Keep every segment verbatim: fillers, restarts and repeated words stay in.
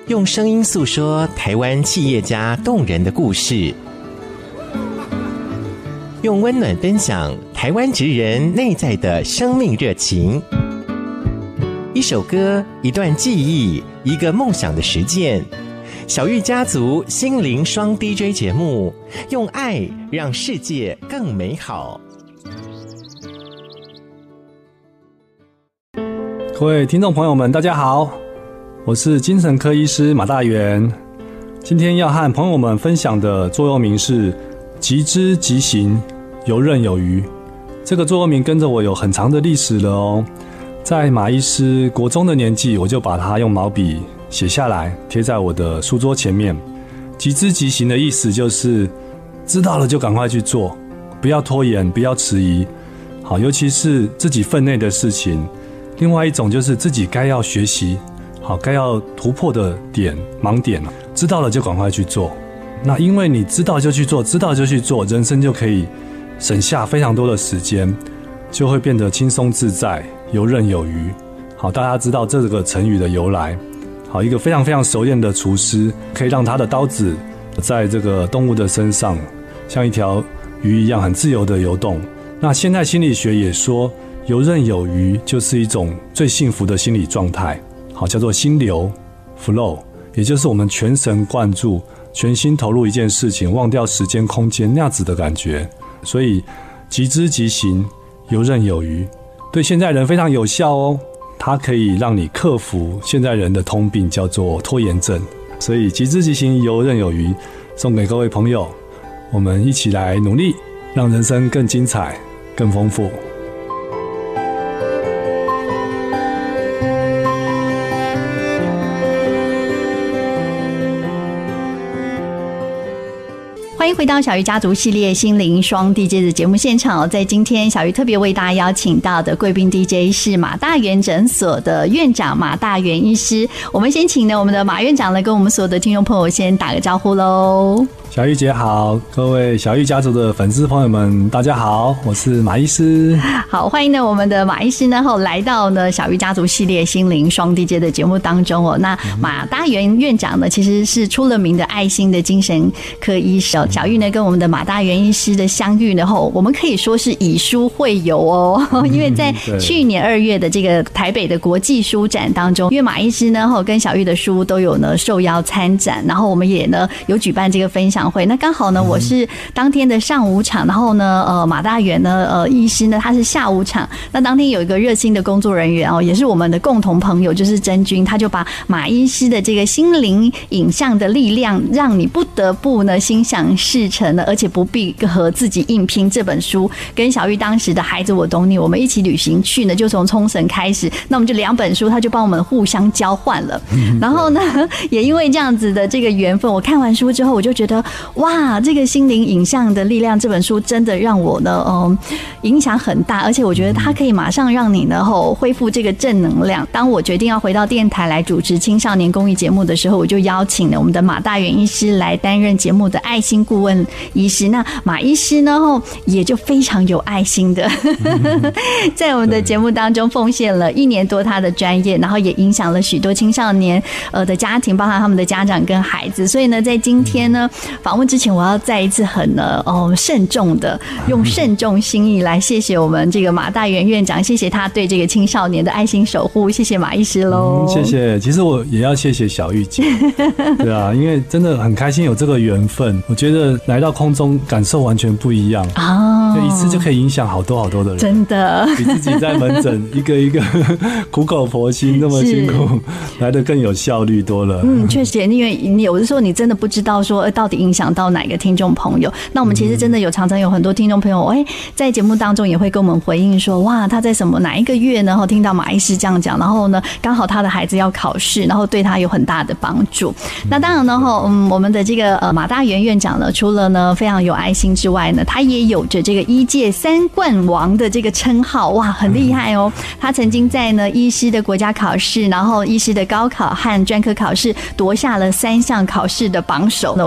用声音诉说台湾企业家动人的故事，用温暖分享台湾职人内在的生命热情。一首歌，一段记忆，一个梦想的实践。小玉家族心灵双 D J 节目，用爱让世界更美好。 各位听众朋友们，大家好，我是精神科医师马大元。今天要和朋友们分享的座右铭是即知即行，游刃有余。这个座右铭跟着我有很长的历史了哦。在马医师国中的年纪，我就把它用毛笔写下来，贴在我的书桌前面。即知即行的意思就是知道了就赶快去做，不要拖延，不要迟疑。好，尤其是自己分内的事情。另外一种就是自己该要学习，好，该要突破的点盲点，知道了就赶快去做。那因为你知道就去做，知道就去做，人生就可以省下非常多的时间，就会变得轻松自在，游刃有余。好，大家知道这个成语的由来。好，一个非常非常熟练的厨师，可以让他的刀子在这个动物的身上像一条鱼一样很自由的游动。那现代心理学也说，游刃有余就是一种最幸福的心理状态，好，叫做心流 flow， 也就是我们全神贯注，全心投入一件事情，忘掉时间空间那样子的感觉。所以即知即行，游刃有余对现在人非常有效哦，它可以让你克服现在人的通病，叫做拖延症。所以即知即行，游刃有余送给各位朋友，我们一起来努力，让人生更精彩更丰富。 欢迎回到小鱼家族系列心灵双 D J 的节目现场。在今天小鱼特别为大家邀请到的贵宾 D J 是马大元诊所的院长马大元医师。我们先请呢我们的马院长来跟我们所有的听众朋友先打个招呼喽。 小玉姐好，各位小玉家族的粉丝朋友们大家好，我是马医师。 好，欢迎呢我们的马医师呢后来到呢小玉家族系列心灵双 D J 的节目当中哦。那马大元院长呢其实是出了名的爱心的精神科医师。小玉呢跟我们的马大元医师的相遇呢后，我们可以说是以书会友哦，因为在去年二月的这个台北的国际书展当中，因为马医师呢后跟小玉的书都有呢受邀参展，然后我们也呢有举办这个分享会。那刚好呢我是当天的上午场，然后呢呃马大元呢呃医师呢他是下午场。那当天有一个热心的工作人员哦，也是我们的共同朋友，就是真君，他就把马医师的这个心灵影像的力量，让你不得不呢心想事成了，而且不必和自己硬拼。这本书跟小玉当时的孩子我懂你，我们一起旅行去呢，就从冲绳开始，那我们就两本书，他就帮我们互相交换了。然后呢，也因为这样子的这个缘分，我看完书之后，我就觉得哇，这个心灵影像的力量这本书真的让我呢，嗯，影响很大，而且我觉得它可以马上让你呢后恢复这个正能量。当我决定要回到电台来主持青少年公益节目的时候，我就邀请了我们的马大元医师来担任节目的爱心顾问医师。那马医师呢后也就非常有爱心的在我们的节目当中奉献了一年多他的专业，然后也影响了许多青少年呃的家庭，包含他们的家长跟孩子。所以呢在今天呢访问之前，我要再一次很呢哦慎重的用慎重心意来谢谢我们这个马大元院长，谢谢他对这个青少年的爱心守护，谢谢马医师喽、 嗯、谢谢。其实我也要谢谢小玉姐对啊，因为真的很开心有这个缘分，我觉得来到空中感受完全不一样啊，就一次就可以影响好多好多的人，真的比自己在门诊一个一个苦口婆心那么辛苦来得更有效率多了。 嗯，确实，因为你有的时候你真的不知道说到底影响到哪个听众朋友。那我们其实真的有常常有很多听众朋友哎、欸，在节目当中也会跟我们回应说，哇，他在什么哪一个月呢？听到马医师这样讲，然后呢，刚好他的孩子要考试，然后对他有很大的帮助。那当然呢，嗯，我们的这个呃马大元院长呢，除了呢非常有爱心之外呢，他也有着这个医界三冠王的这个称号，哇，很厉害哦。他曾经在呢医师的国家考试，然后医师的高考和专科考试夺下了三项考试的榜首。那我相信听众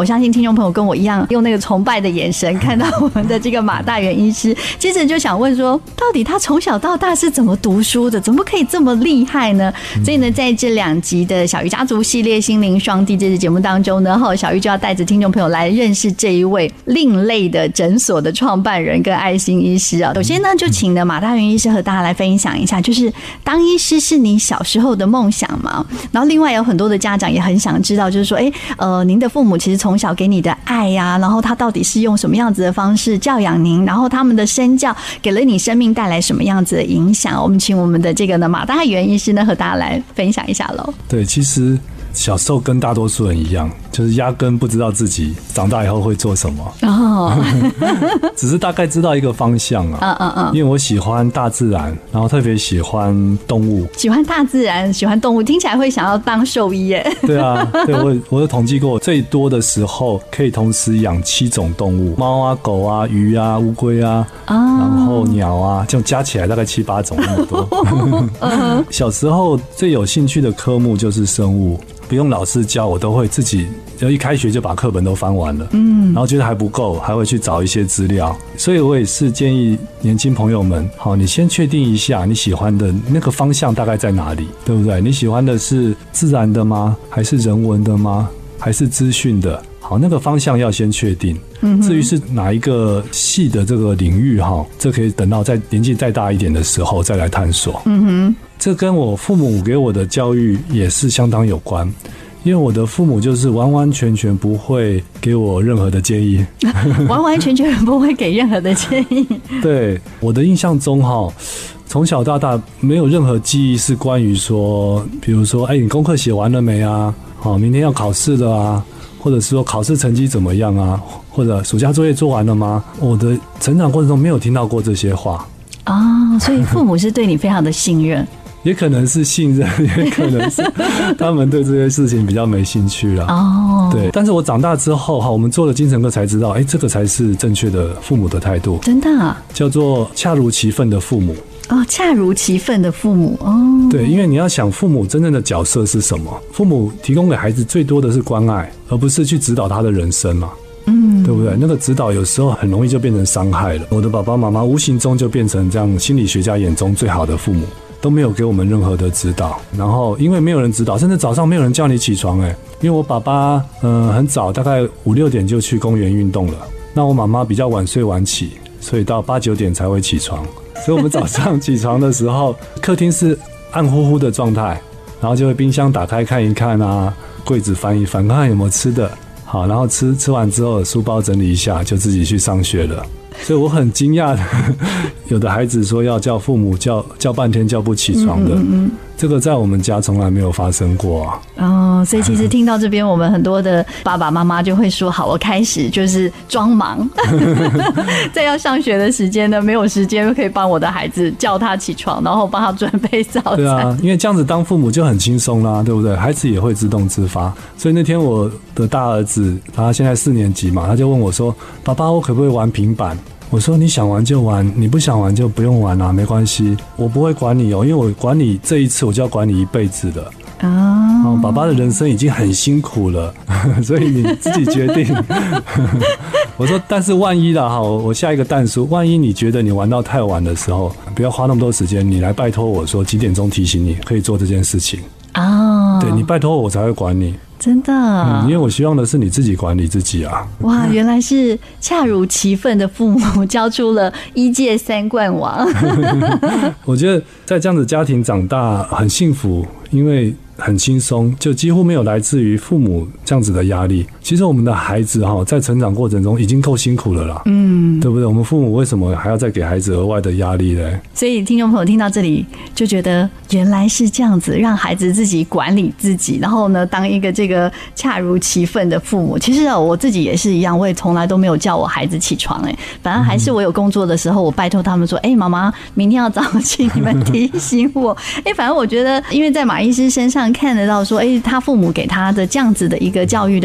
众朋友跟我一样用那个崇拜的眼神看到我们的这个马大元医师，接着就想问说，到底他从小到大是怎么读书的，怎么可以这么厉害呢？所以呢，在这两集的小鱼家族系列心灵双 D J 的节目当中呢，小鱼就要带着听众朋友来认识这一位另类的诊所的创办人跟爱心医师啊。首先呢，就请呢马大元医师和大家来分享一下，就是当医师是你小时候的梦想吗？然后另外有很多的家长也很想知道，就是说，哎，呃，您的父母其实从小给你的爱呀、啊，然后他到底是用什么样子的方式教养您，然后他们的身教给了你生命带来什么样子的影响？我们请我们的这个呢马大元医师呢和大家来分享一下喽。 对，其实小时候跟大多数人一样，就是压根不知道自己长大以后会做什么，哦、只是大概知道一个方向啊。嗯嗯嗯。因为我喜欢大自然，然后特别喜欢动物。 喜欢大自然，喜欢动物，听起来会想要当兽医耶。 对啊，对我我有统计过，最多的时候可以同时养七种动物，猫啊、狗啊、鱼啊、乌龟啊，哦、然后鸟啊，这样加起来大概七八种那么多。小时候最有兴趣的科目就是生物。不用老师教，我都会自己，就一开学就把课本都翻完了，嗯，然后觉得还不够，还会去找一些资料。所以我也是建议年轻朋友们，好，你先确定一下你喜欢的那个方向大概在哪里，对不对？你喜欢的是自然的吗？还是人文的吗？还是资讯的？好，那个方向要先确定。至于是哪一个系的这个领域哈，这可以等到在年纪再大一点的时候再来探索。嗯哼，这跟我父母给我的教育也是相当有关，因为我的父母就是完完全全不会给我任何的建议， 完完全全不会给任何的建议。 对，我的印象中哈，从小到大没有任何记忆是关于说，比如说，哎，你功课写完了没啊？好，明天要考试了啊。或者是说考试成绩怎么样啊？或者暑假作业做完了吗？我的成长过程中没有听到过这些话哦，所以父母是对你非常的信任， 也可能是信任，也可能是他们对这些事情比较没兴趣啦。哦，对。但是我长大之后哈，我们做了精神科才知道，哎，这个才是正确的父母的态度， 真的啊， 叫做恰如其分的父母。 哦，恰如其分的父母哦， 对，因为你要想父母真正的角色是什么？父母提供给孩子最多的是关爱，而不是去指导他的人生嘛，嗯，对不对？那个指导有时候很容易就变成伤害了。我的爸爸妈妈无形中就变成这样心理学家眼中最好的父母，都没有给我们任何的指导。然后因为没有人指导，甚至早上没有人叫你起床，哎，因为我爸爸嗯、呃、很早，大概五六点就去公园运动了，那我妈妈比较晚睡晚起，所以到八九点才会起床。所以我们早上起床的时候，客厅是暗乎乎的状态，然后就会冰箱打开看一看啊，柜子翻一翻，看看有没有吃的，好，然后吃吃完之后，书包整理一下，就自己去上学了。所以我很惊讶的，有的孩子说要叫父母叫叫半天叫不起床的，嗯嗯嗯，这个在我们家从来没有发生过啊。 哦，所以其实听到这边，我们很多的爸爸妈妈就会说：好，我开始就是装忙，在要上学的时间呢，没有时间可以帮我的孩子叫他起床，然后帮他准备早餐。 对啊，因为这样子当父母就很轻松啦，对不对？孩子也会自动自发。所以那天我的大儿子，他现在四年级嘛，他就问我说：爸爸，我可不可以玩平板？我说你想玩就玩，你不想玩就不用玩啊，没关系，我不会管你哦，因为我管你这一次，我就要管你一辈子的。哦，爸爸的人生已经很辛苦了，所以你自己决定。我说，但是万一啦哈，我下一个弹书，万一你觉得你玩到太晚的时候，不要花那么多时间，你来拜托我说几点钟提醒你可以做这件事情。哦，对，你拜托我，我才会管你。真的、嗯，因为我希望的是你自己管理自己啊！ 哇，原来是恰如其分的父母教出了一届三冠王。 我觉得在这样的家庭长大很幸福，因为很轻松，就几乎没有来自于父母这样子的压力。其实我们的孩子哈，在成长过程中已经够辛苦了啦，嗯，对不对？我们父母为什么还要再给孩子额外的压力呢？ 所以听众朋友听到这里就觉得原来是这样子，让孩子自己管理自己，然后呢，当一个这个恰如其分的父母。其实啊，我自己也是一样，我也从来都没有叫我孩子起床，哎，反正还是我有工作的时候，我拜托他们说，哎，妈妈，明天要早起，你们提醒我。哎，反正我觉得，因为在马医师身上看得到说，哎，他父母给他的这样子的一个教育的方式。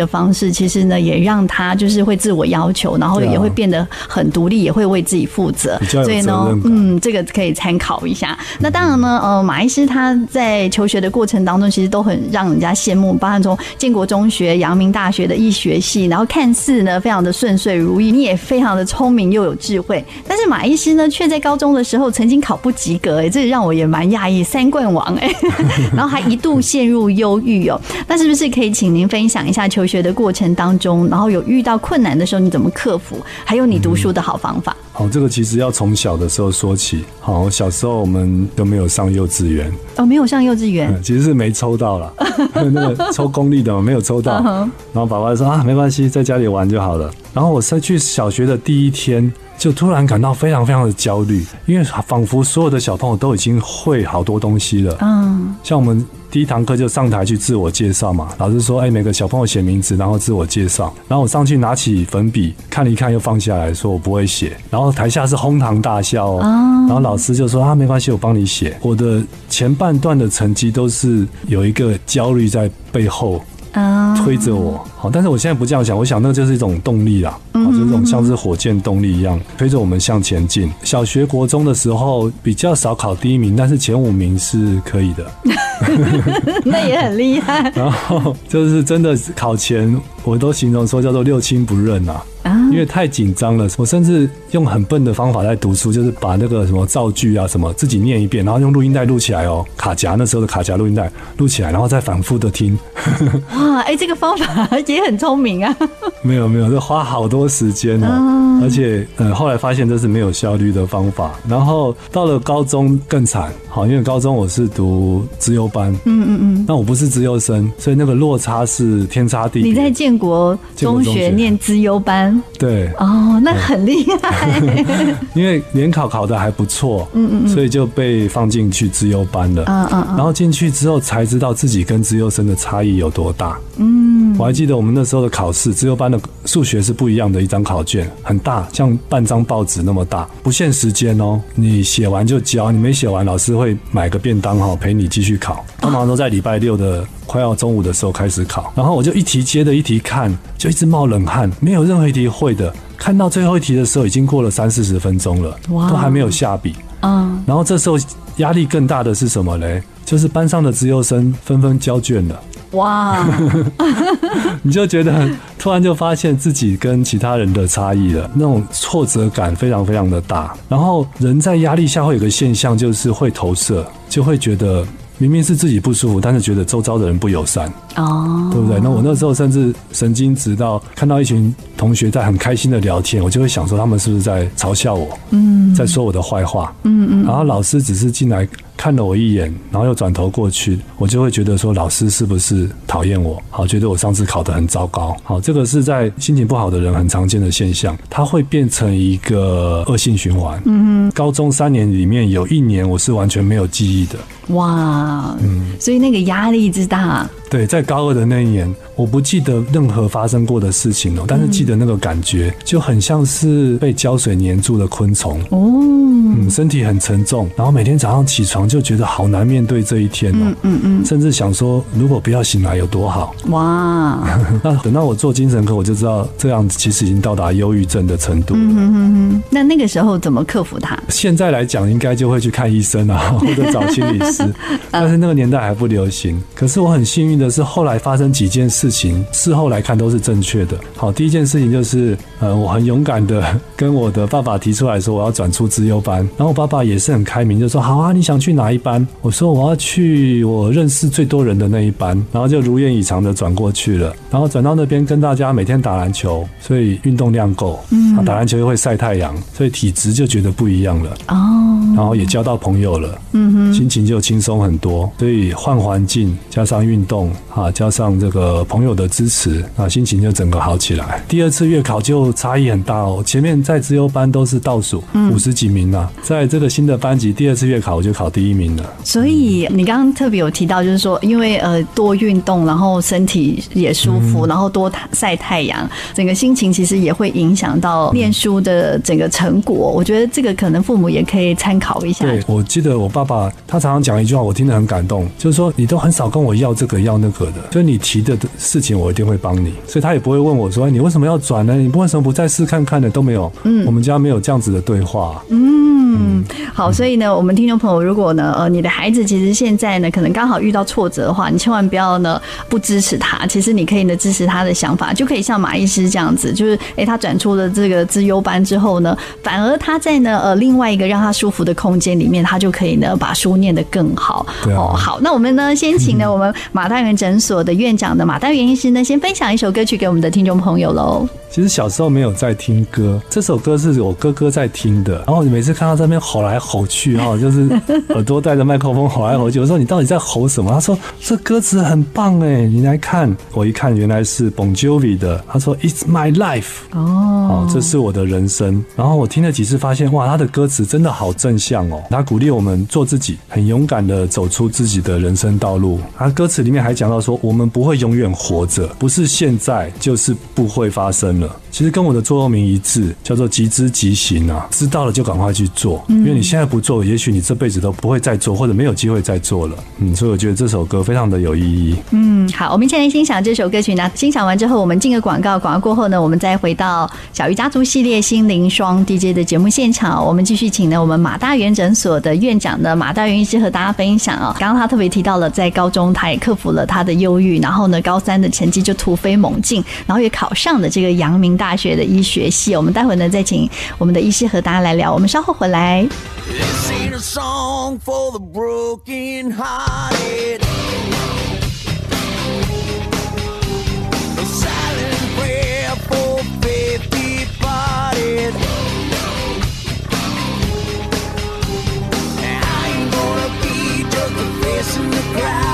式，其实呢也让他就是会自我要求，然后也会变得很独立，也会为自己负责。所以呢，嗯，这个可以参考一下。那当然呢，呃，马医师他在求学的过程当中，其实都很让人家羡慕，包含从建国中学、阳明大学的医学系，然后看似呢非常的顺遂如意，你也非常的聪明又有智慧，但是马医师呢却在高中的时候曾经考不及格、欸，这让我也蛮讶异，三冠王哎、欸，然后还一度陷入忧郁哦。那是不是可以请您分享一下求学的过程当中，然后有遇到困难的时候你怎么克服，还有你读书的好方法？ 好，这个其实要从小的时候说起。好，小时候我们都没有上幼稚园哦，没有上幼稚园、 嗯，其实是没抽到啦，那个抽公立的嘛，没有抽到。然后爸爸说啊，没关系，在家里玩就好了。然后我在去小学的第一天，就突然感到非常非常的焦虑，因为仿佛所有的小朋友都已经会好多东西了。嗯，像我们第一堂课就上台去自我介绍嘛，老师说，哎、欸，每个小朋友写名字，然后自我介绍。然后我上去拿起粉笔看了一看，又放下来说我不会写。然后台下是哄堂大笑哦。然后老师就说啊，没关系，我帮你写。我的前半段的成绩都是有一个焦虑在背后推着我，好，但是我现在不这样想，我想那就是一种动力啦，好，就是一种像是火箭动力一样推着我们向前进。小学国中的时候比较少考第一名，但是前五名是可以的， 那也很厉害。 然后就是真的考前，我都形容说叫做六亲不认啊。因为太紧张了，我甚至用很笨的方法在读书，就是把那个什么造句啊什么自己念一遍，然后用录音带录起来哦，卡夹那时候的卡夹录音带录起来，然后再反复的听。 哇，哎、欸，这个方法也很聪明啊。 没有没有，这花好多时间哦，嗯、而且呃后来发现这是没有效率的方法。然后到了高中更惨，好，因为高中我是读资优班，嗯嗯嗯，那我不是资优生，所以那个落差是天差地别。 你在建国中学念资优班。 对哦，那很厉害。 因为联考考得还不错，嗯嗯，所以就被放进去资优班了。嗯嗯，然后进去之后才知道自己跟资优生的差异有多大。嗯，我还记得我们那时候的考试，资优班的数学是不一样的，一张考卷很大，像半张报纸那么大，不限时间哦，你写完就交，你没写完老师会买个便当哈陪你继续考，通常都在礼拜六的快要中午的时候开始考。然后我就一题接着一题看，就一直冒冷汗，没有任何一题会的。看到最后一题的时候，已经过了三四十分钟了，都还没有下笔。嗯，然后这时候压力更大的是什么嘞？就是班上的资优生纷纷交卷了。哇！你就觉得突然就发现自己跟其他人的差异了，那种挫折感非常非常的大。然后人在压力下会有个现象，就是会投射，就会觉得明明是自己不舒服，但是觉得周遭的人不友善，哦，对不对？那我那时候甚至神经质到看到一群同学在很开心的聊天，我就会想说他们是不是在嘲笑我，嗯，在说我的坏话，嗯嗯。然后老师只是进来看了我一眼，然后又转头过去，我就会觉得说老师是不是讨厌我？好，觉得我上次考得很糟糕。好，这个是在心情不好的人很常见的现象，它会变成一个恶性循环。嗯，高中三年里面有一年我是完全没有记忆的。哇，嗯，所以那个压力之大。对，在高二的那一年，我不记得任何发生过的事情哦，但是记得那个感觉，就很像是被胶水黏住的昆虫哦，嗯，身体很沉重，然后每天早上起床就觉得好难面对这一天哦，嗯嗯嗯，甚至想说如果不要醒来有多好。哇，那等到我做精神科，我就知道这样其实已经到达忧郁症的程度了。嗯哼哼哼， 那那个时候怎么克服它？ 现在来讲，应该就会去看医生啊，或者找心理师，但是那个年代还不流行。可是我很幸运的是，后来发生几件事情，事后来看都是正确的。好，第一件事情就是，呃，我很勇敢的跟我的爸爸提出来说我要转出资优班，然后我爸爸也是很开明，就说好啊，你想去哪一班？我说我要去我认识最多人的那一班，然后就如愿以偿的转过去了。然后转到那边跟大家每天打篮球，所以运动量够，嗯，打篮球又会晒太阳，所以体质就觉得不一样了。哦，然后也交到朋友了，嗯哼，心情就轻松很多。所以换环境加上运动啊，加上这个朋友的支持啊，心情就整个好起来。第二次月考就差异很大哦，前面在资优班都是倒数五十几名啊，在这个新的班级第二次月考我就考第一名了。 所以你刚刚特别有提到，就是说因为呃多运动，然后身体也舒服，嗯，然后多晒太阳，整个心情其实也会影响到念书的整个成果。我觉得这个可能父母也可以参考一下。 对，我记得我爸爸他常常讲一句话，我听得很感动，就是说你都很少跟我要这个要要那个的，就你提的事情我一定会帮你，所以他也不会问我说你为什么要转呢？你为什么不再试看看呢？都没有，嗯，我们家没有这样子的对话。 嗯，好，所以呢，我们听众朋友，如果呢，呃，你的孩子其实现在呢，可能刚好遇到挫折的话，你千万不要呢不支持他。其实你可以呢支持他的想法，就可以像马医师这样子，就是哎、欸，他转出了这个资优班之后呢，反而他在呢呃另外一个让他舒服的空间里面，他就可以呢把书念得更好。 对啊、 哦，好，那我们呢先请呢、嗯、我们马大元诊所的院长的马大元医师呢，先分享一首歌曲给我们的听众朋友喽。 其实小时候没有在听歌，这首歌是我哥哥在听的，然后你每次看到这边吼来吼去哈，就是耳朵带着麦克风吼来吼去，我说你到底在吼什么？他说这歌词很棒哎，你来看。我一看原来是 Bon Jovi 的，他说 It's my life 哦，这是我的人生。然后我听了几次发现哇，他的歌词真的好正向哦，他鼓励我们做自己，很勇敢的走出自己的人生道路。他歌词里面还讲到说，我们不会永远活着，不是现在就是不会发生了。其实跟我的座右铭一致，叫做即知即行啊，知道了就赶快去做，因为你现在不做，也许你这辈子都不会再做，或者没有机会再做了。嗯，所以我觉得这首歌非常的有意义。 嗯，好，我们一起来欣赏这首歌曲呢。欣赏完之后，我们进个广告，广告过后呢，我们再回到小鱼家族系列心灵双 D J 的节目现场。我们继续请呢我们马大元诊所的院长呢马大元医师和大家分享哦。刚刚他特别提到了，在高中他也克服了他的忧郁，然后呢高三的成绩就突飞猛进，然后也考上了这个阳明大学的医学系。我们待会呢再请我们的医师和大家来聊，我们稍后回来。 This ain't a song for the broken hearted. A silent prayer for faith departed. I ain't gonna be just a face in the crowd.